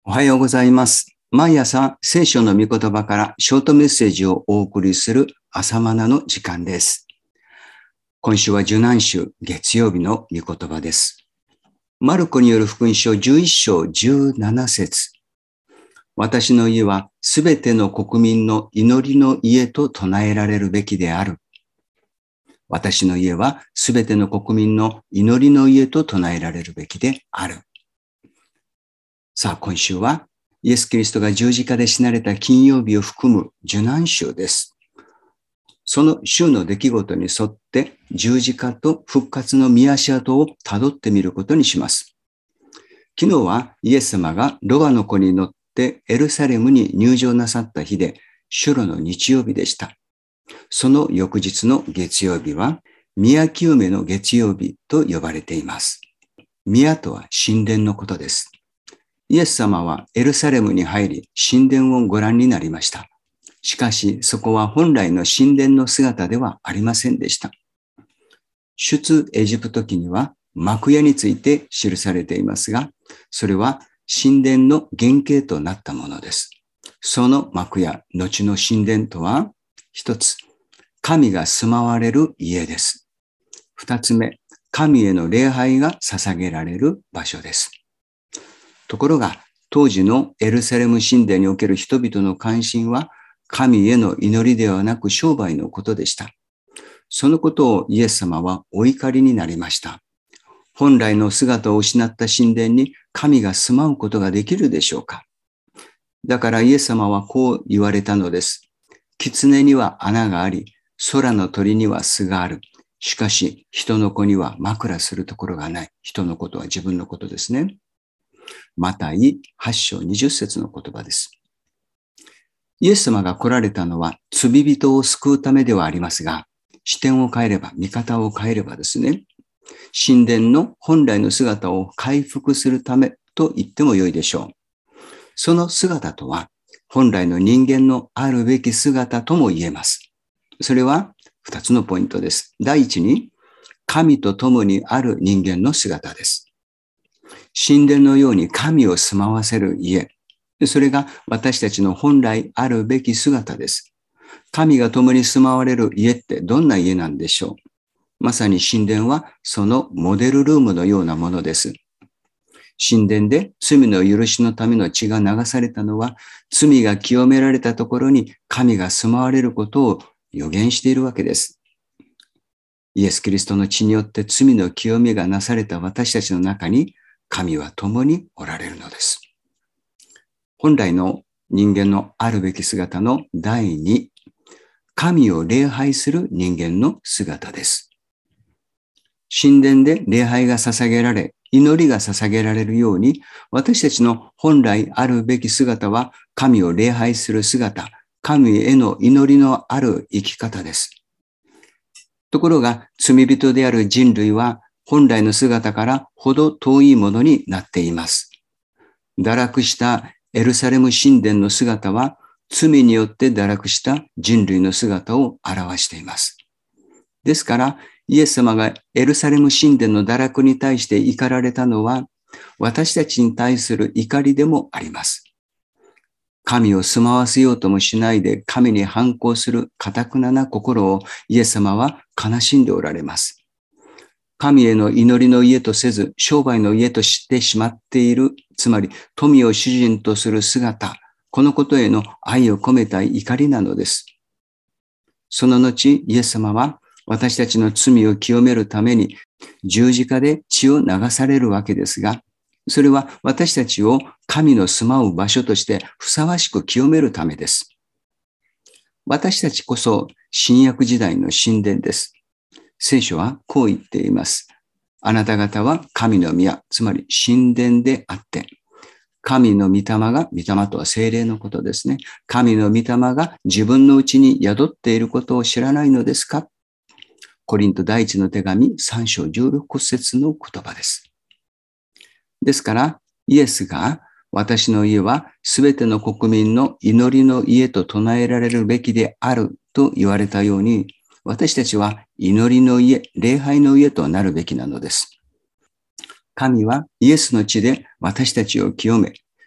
おはようございます。毎朝聖書の御言葉からショートメッセージをお送りする朝マナの時間です。今週は受難週月曜日の御言葉です。マルコによる福音書11章17節。私の家はすべての国民の祈りの家と唱えられるべきである。私の家はすべての国民の祈りの家と唱えられるべきである。さあ、今週はイエス・キリストが十字架で死なれた金曜日を含む受難週です。その週の出来事に沿って十字架と復活の見足跡をたどってみることにします。昨日はイエス様がロバの子に乗ってエルサレムに入場なさった日で、主炉の日曜日でした。その翌日の月曜日は宮清めの月曜日と呼ばれています。宮とは神殿のことです。イエス様はエルサレムに入り、神殿をご覧になりました。しかし、そこは本来の神殿の姿ではありませんでした。出エジプト記には幕屋について記されていますが、それは神殿の原型となったものです。その幕屋、後の神殿とは、一つ、神が住まわれる家です。二つ目、神への礼拝が捧げられる場所です。ところが、当時のエルサレム神殿における人々の関心は、神への祈りではなく商売のことでした。そのことをイエス様はお怒りになりました。本来の姿を失った神殿に神が住まうことができるでしょうか。だからイエス様はこう言われたのです。狐には穴があり、空の鳥には巣がある。しかし、人の子には枕するところがない。人のことは自分のことですね。マタイ8章20節の言葉です。イエス様が来られたのは罪人を救うためではありますが、視点を変えれば、見方を変えればですね、神殿の本来の姿を回復するためと言ってもよいでしょう。その姿とは、本来の人間のあるべき姿とも言えます。それは2つのポイントです。第一に、神と共にある人間の姿です。神殿のように神を住まわせる家。それが私たちの本来あるべき姿です。神が共に住まわれる家ってどんな家なんでしょう。まさに神殿はそのモデルルームのようなものです。神殿で罪の許しのための血が流されたのは、罪が清められたところに神が住まわれることを予言しているわけです。イエス・キリストの血によって罪の清めがなされた私たちの中に、神は共におられるのです。本来の人間のあるべき姿の第二、神を礼拝する人間の姿です。神殿で礼拝が捧げられ、祈りが捧げられるように、私たちの本来あるべき姿は、神を礼拝する姿、神への祈りのある生き方です。ところが、罪人である人類は、本来の姿からほど遠いものになっています。堕落したエルサレム神殿の姿は、罪によって堕落した人類の姿を表しています。ですから、イエス様がエルサレム神殿の堕落に対して怒られたのは、私たちに対する怒りでもあります。神を住まわせようともしないで神に反抗する堅な心をイエス様は悲しんでおられます。神への祈りの家とせず、商売の家としてしまっている、つまり富を主人とする姿、このことへの愛を込めた怒りなのです。その後、イエス様は私たちの罪を清めるために十字架で血を流されるわけですが、それは私たちを神の住まう場所としてふさわしく清めるためです。私たちこそ新約時代の神殿です。聖書はこう言っています。あなた方は神の宮、つまり神殿であって、神の御霊が、御霊とは聖霊のことですね。神の御霊が自分のうちに宿っていることを知らないのですか？コリント第一の手紙3章16節の言葉です。ですから、イエスが私の家はすべての国民の祈りの家と唱えられるべきであると言われたように、私たちは祈りの家、礼拝の家となるべきなのです。神はイエスの血で私たちを清め、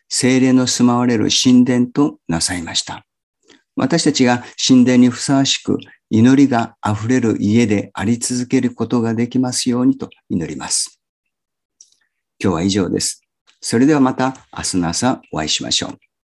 聖霊の住まわれる神殿となさいました。私たちが神殿にふさわしく祈りがあふれる家であり続けることができますようにと祈ります。今日は以上です。それではまた明日の朝お会いしましょう。